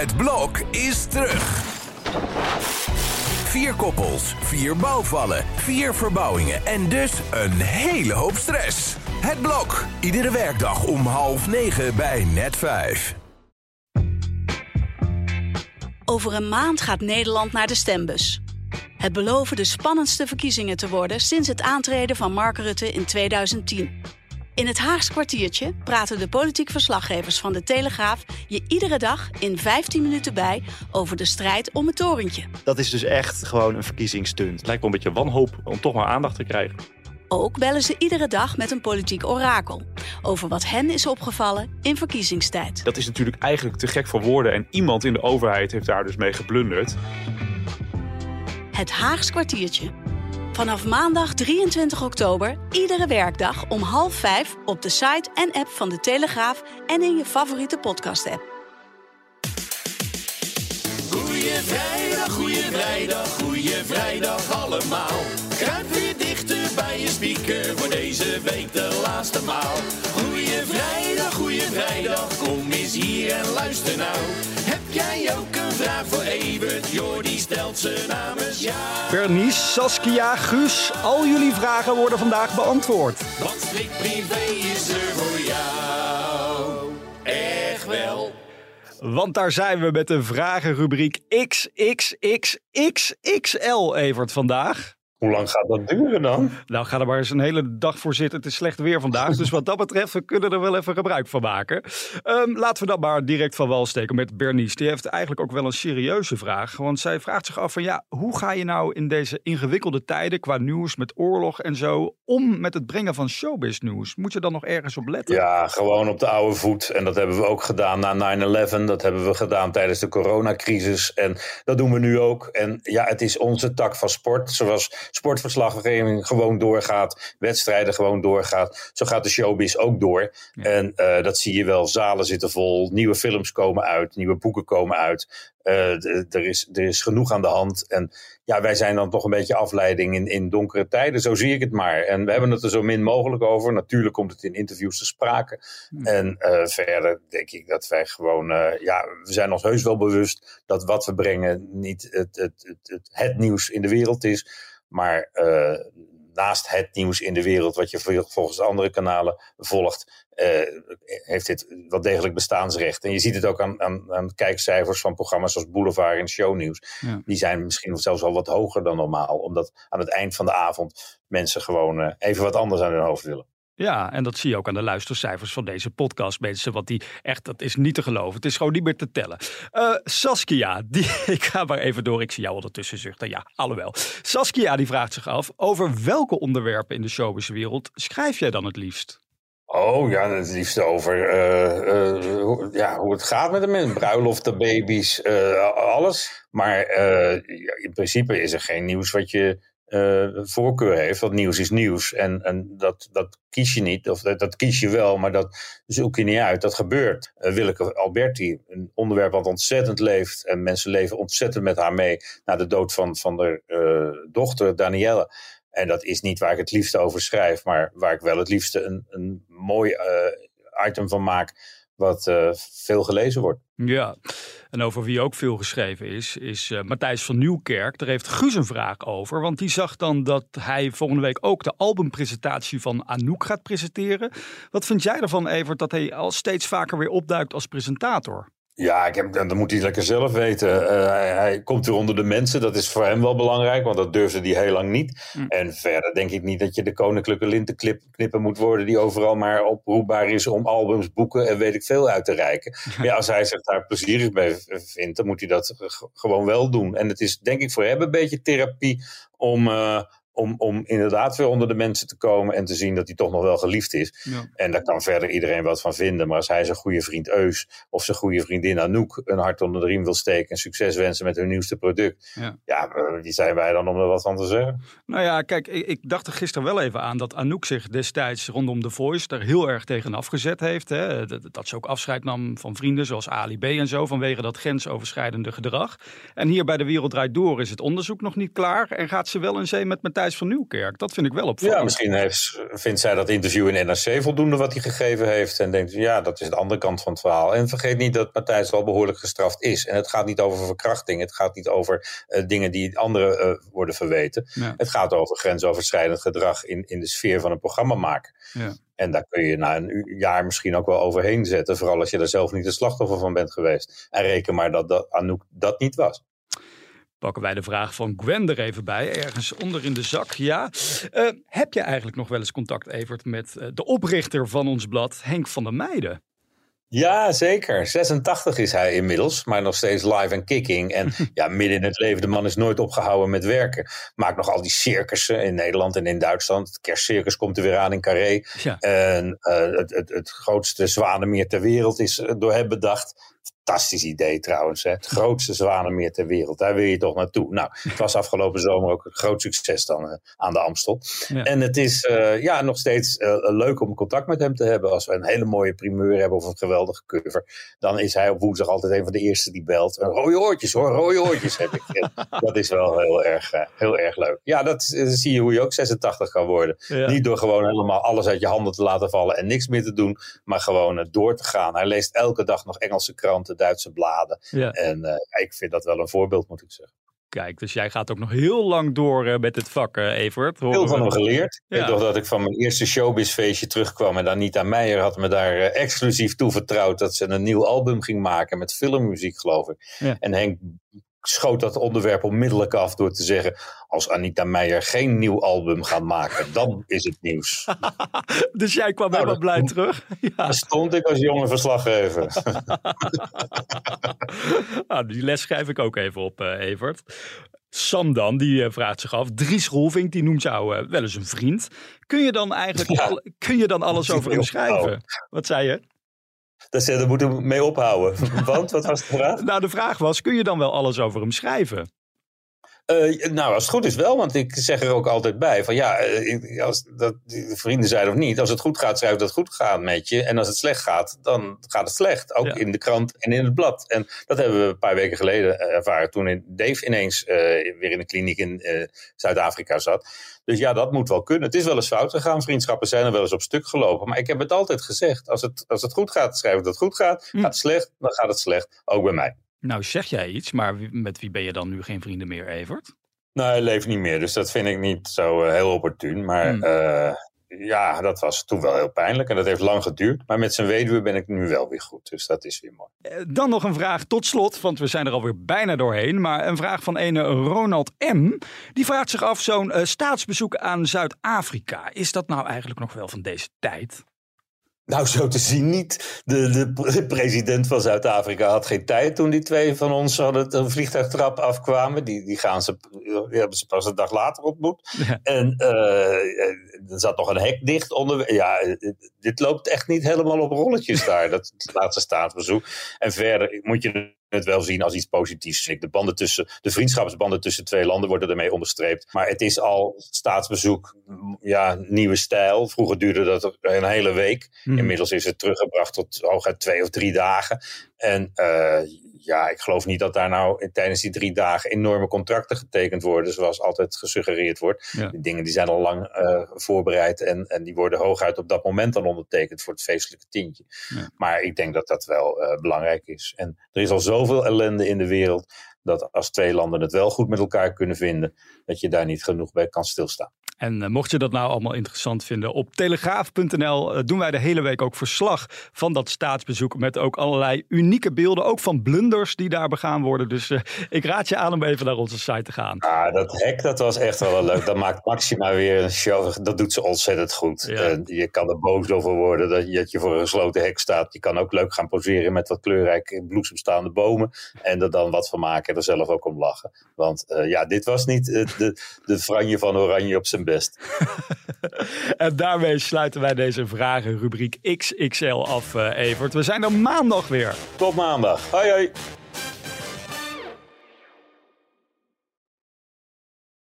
Het blok is terug. 4 koppels, 4 bouwvallen, 4 verbouwingen en dus een hele hoop stress. Het blok, iedere werkdag om 8:30 bij Net5. Over een maand gaat Nederland naar de stembus. Het beloven de spannendste verkiezingen te worden sinds het aantreden van Mark Rutte in 2010. In het Haags kwartiertje praten de politiek verslaggevers van de Telegraaf je iedere dag in 15 minuten bij over de strijd om het torentje. Dat is dus echt gewoon een verkiezingsstunt. Het lijkt wel een beetje wanhoop om toch maar aandacht te krijgen. Ook bellen ze iedere dag met een politiek orakel over wat hen is opgevallen in verkiezingstijd. Dat is natuurlijk eigenlijk te gek voor woorden en iemand in de overheid heeft daar dus mee geblunderd. Het Haags kwartiertje. Vanaf maandag 23 oktober, iedere werkdag om 4:30 op de site en app van de Telegraaf en in je favoriete podcast-app. Goeie vrijdag allemaal. Kruip weer dichter bij je speaker voor deze week de laatste maal. Goeie vrijdag, kom eens hier en luister nou. Heb jij ook een vraag voor Evert? Jordi stelt ze namens jou. Bernice, Saskia, Guus, al jullie vragen worden vandaag beantwoord. Want strikt privé is er voor jou. Echt wel. Want daar zijn we met de vragenrubriek XXXXXL, Evert, vandaag. Hoe lang gaat dat duren dan? Nou, ga er maar eens een hele dag voor zitten. Het is slecht weer vandaag, dus wat dat betreft, we kunnen er wel even gebruik van maken. Laten we dan maar direct van wal steken met Bernice. Die heeft eigenlijk ook wel een serieuze vraag. Want zij vraagt zich af van hoe ga je nou in deze ingewikkelde tijden qua nieuws met oorlog en zo om met het brengen van showbiz nieuws? Moet je dan nog ergens op letten? Ja, gewoon op de oude voet. En dat hebben we ook gedaan na 9/11. Dat hebben we gedaan tijdens de coronacrisis. En dat doen we nu ook. En ja, het is onze tak van sport. Zoals sportverslaggeving gewoon doorgaat, wedstrijden gewoon doorgaat. Zo gaat de showbiz ook door. Ja. En dat zie je wel. Zalen zitten vol, nieuwe films komen uit, nieuwe boeken komen uit. Er is genoeg aan de hand. En ja, wij zijn dan toch een beetje afleiding in donkere tijden. Zo zie ik het maar. En we hebben het er zo min mogelijk over. Natuurlijk komt het in interviews te sprake. En verder denk ik dat wij gewoon... we zijn ons heus wel bewust dat wat we brengen niet het nieuws in de wereld is. Maar naast het nieuws in de wereld, wat je volgens andere kanalen volgt, heeft dit wel degelijk bestaansrecht. En je ziet het ook aan kijkcijfers van programma's zoals Boulevard en Shownieuws. Ja. Die zijn misschien zelfs wel wat hoger dan normaal. Omdat aan het eind van de avond mensen gewoon even wat anders aan hun hoofd willen. Ja, en dat zie je ook aan de luistercijfers van deze podcast, mensen. Want die echt, dat is niet te geloven. Het is gewoon niet meer te tellen. Saskia, ik ga maar even door. Ik zie jou ondertussen zuchten. Ja, alhoewel. Saskia, die vraagt zich af, over welke onderwerpen in de showbizwereld schrijf jij dan het liefst? Oh ja, het liefst over hoe het gaat met de mensen. Bruiloften, baby's, alles. Maar in principe is er geen nieuws wat je voorkeur heeft. Want nieuws is nieuws. En dat kies je niet. Of dat kies je wel, maar dat zoek je niet uit. Dat gebeurt. Willeke Alberti, een onderwerp wat ontzettend leeft. En mensen leven ontzettend met haar mee. Na de dood van de dochter, Danielle. En dat is niet waar ik het liefste over schrijf. Maar waar ik wel het liefste een mooi item van maak. Wat veel gelezen wordt. Ja, en over wie ook veel geschreven is Matthijs van Nieuwkerk. Daar heeft Guus een vraag over. Want die zag dan dat hij volgende week ook de albumpresentatie van Anouk gaat presenteren. Wat vind jij ervan, Evert, dat hij al steeds vaker weer opduikt als presentator? Ja, dat moet hij lekker zelf weten. Hij komt weer onder de mensen. Dat is voor hem wel belangrijk, want dat durfde hij heel lang niet. En verder denk ik niet dat je de koninklijke lintenknipper moet worden die overal maar oproepbaar is om albums, boeken en weet ik veel uit te reiken. Maar ja, als hij zich daar plezierig bij vindt, dan moet hij dat gewoon wel doen. En het is denk ik voor hem een beetje therapie om inderdaad weer onder de mensen te komen en te zien dat hij toch nog wel geliefd is. Ja. En daar kan verder iedereen wat van vinden. Maar als hij zijn goede vriend Eus of zijn goede vriendin Anouk een hart onder de riem wil steken en succes wensen met hun nieuwste product. Die zijn wij dan om er wat van te zeggen. Nou ja, kijk, ik dacht er gisteren wel even aan dat Anouk zich destijds rondom The Voice daar heel erg tegen afgezet heeft. Hè? Dat ze ook afscheid nam van vrienden zoals Ali B en zo vanwege dat grensoverschrijdende gedrag. En hier bij De Wereld Draait Door is het onderzoek nog niet klaar en gaat ze wel in zee met Matthijs Matthijs van Nieuwkerk. Dat vind ik wel opvallend. Ja, misschien vindt zij dat interview in NRC voldoende wat hij gegeven heeft. En denkt, ja, dat is de andere kant van het verhaal. En vergeet niet dat Matthijs wel behoorlijk gestraft is. En het gaat niet over verkrachting. Het gaat niet over dingen die anderen worden verweten. Ja. Het gaat over grensoverschrijdend gedrag in de sfeer van een programmamaker. Ja. En daar kun je na een jaar misschien ook wel overheen zetten. Vooral als je er zelf niet de slachtoffer van bent geweest. En reken maar dat Anouk dat niet was. Pakken wij de vraag van Gwen er even bij, ergens onder in de zak. Ja. Heb je eigenlijk nog wel eens contact, Evert, met de oprichter van ons blad, Henk van der Meijden? Ja, zeker. 86 is hij inmiddels, maar nog steeds live en kicking. En ja, midden in het leven, de man is nooit opgehouden met werken. Maakt nog al die circussen in Nederland en in Duitsland. Het kerstcircus komt er weer aan in Carré. Ja. En het grootste zwanenmeer ter wereld is door hem bedacht. Fantastisch idee trouwens. Hè? Het grootste zwanenmeer ter wereld. Daar wil je toch naartoe. Nou, het was afgelopen zomer ook een groot succes dan aan de Amstel. Ja. En het is nog steeds leuk om contact met hem te hebben. Als we een hele mooie primeur hebben of een geweldige cover. Dan is hij op woensdag altijd een van de eerste die belt. Rode oortjes hoor, rode oortjes heb ik. Dat is wel heel erg leuk. Ja, dat zie je hoe je ook 86 kan worden. Ja. Niet door gewoon helemaal alles uit je handen te laten vallen en niks meer te doen. Maar gewoon door te gaan. Hij leest elke dag nog Engelse kranten. Duitse bladen. Ja. En ik vind dat wel een voorbeeld, moet ik zeggen. Kijk, dus jij gaat ook nog heel lang door met het vak, Evert. Heel van hem geleerd. Ja. Ik dacht dat ik van mijn eerste showbizfeestje terugkwam en Anita Meijer had me daar exclusief toevertrouwd dat ze een nieuw album ging maken met filmmuziek, geloof ik. Ja. En Henk schoot dat onderwerp onmiddellijk af door te zeggen, als Anita Meijer geen nieuw album gaat maken, dan is het nieuws. Dus jij kwam helemaal blij terug? Ja. Daar stond ik als jonge verslaggever. Die les schrijf ik ook even op, Evert. Sam dan, die vraagt zich af. Dries Roelvink, die noemt jou wel eens een vriend. Kun je dan alles over hem schrijven? Wat zei je? Daar moeten we mee ophouden. Want, wat was de vraag? Nou, de vraag was, kun je dan wel alles over hem schrijven? Nou, als het goed is wel, want ik zeg er ook altijd bij van ja, als dat vrienden zijn of niet, als het goed gaat, schrijf dat het goed gaat met je. En als het slecht gaat, dan gaat het slecht. Ook in de krant en in het blad. En dat hebben we een paar weken geleden ervaren toen Dave ineens weer in een kliniek in Zuid-Afrika zat. Dus ja, dat moet wel kunnen. Het is wel eens fout gegaan. Vriendschappen zijn er wel eens op stuk gelopen. Maar ik heb het altijd gezegd. Als het goed gaat, schrijf ik dat het goed gaat. Gaat het slecht, dan gaat het slecht. Ook bij mij. Nou zeg jij iets, maar met wie ben je dan nu geen vrienden meer, Evert? Nou, hij leeft niet meer, dus dat vind ik niet zo heel opportun. Maar dat was toen wel heel pijnlijk en dat heeft lang geduurd. Maar met zijn weduwe ben ik nu wel weer goed, dus dat is weer mooi. Dan nog een vraag tot slot, want we zijn er alweer bijna doorheen. Maar een vraag van ene Ronald M. Die vraagt zich af, zo'n staatsbezoek aan Zuid-Afrika. Is dat nou eigenlijk nog wel van deze tijd? Nou, zo te zien niet. De president van Zuid-Afrika had geen tijd toen die twee van ons hadden een vliegtuigtrap afkwamen. Die hebben ze pas een dag later ontmoet. Ja. En er zat nog een hek dicht onder. Ja, dit loopt echt niet helemaal op rolletjes daar, dat laatste staatsbezoek. En verder moet je het wel zien als iets positiefs. De vriendschapsbanden tussen twee landen worden ermee onderstreept. Maar het is al staatsbezoek, nieuwe stijl. Vroeger duurde dat een hele week. Inmiddels is het teruggebracht tot hooguit 2 of 3 dagen. En ik geloof niet dat daar nou tijdens die 3 dagen enorme contracten getekend worden, zoals altijd gesuggereerd wordt. Ja. Die dingen die zijn al lang voorbereid en die worden hooguit op dat moment dan ondertekend voor het feestelijke tintje. Ja. Maar ik denk dat dat wel belangrijk is. En er is al zoveel ellende in de wereld, dat als twee landen het wel goed met elkaar kunnen vinden, dat je daar niet genoeg bij kan stilstaan. En mocht je dat nou allemaal interessant vinden, op telegraaf.nl doen wij de hele week ook verslag van dat staatsbezoek met ook allerlei unieke beelden, ook van blunders die daar begaan worden. Dus ik raad je aan om even naar onze site te gaan. Dat hek, dat was echt wel leuk. Dat maakt Maxima weer een show. Dat doet ze ontzettend goed. Ja. Je kan er boos over worden dat je voor een gesloten hek staat. Je kan ook leuk gaan poseren met wat kleurrijk bloesemstaande bomen en er dan wat van maken en er zelf ook om lachen. Want dit was niet de franje van Oranje op zijn best. En daarmee sluiten wij deze vragenrubriek XXL af, Evert. We zijn er maandag weer. Tot maandag. Hoi hoi.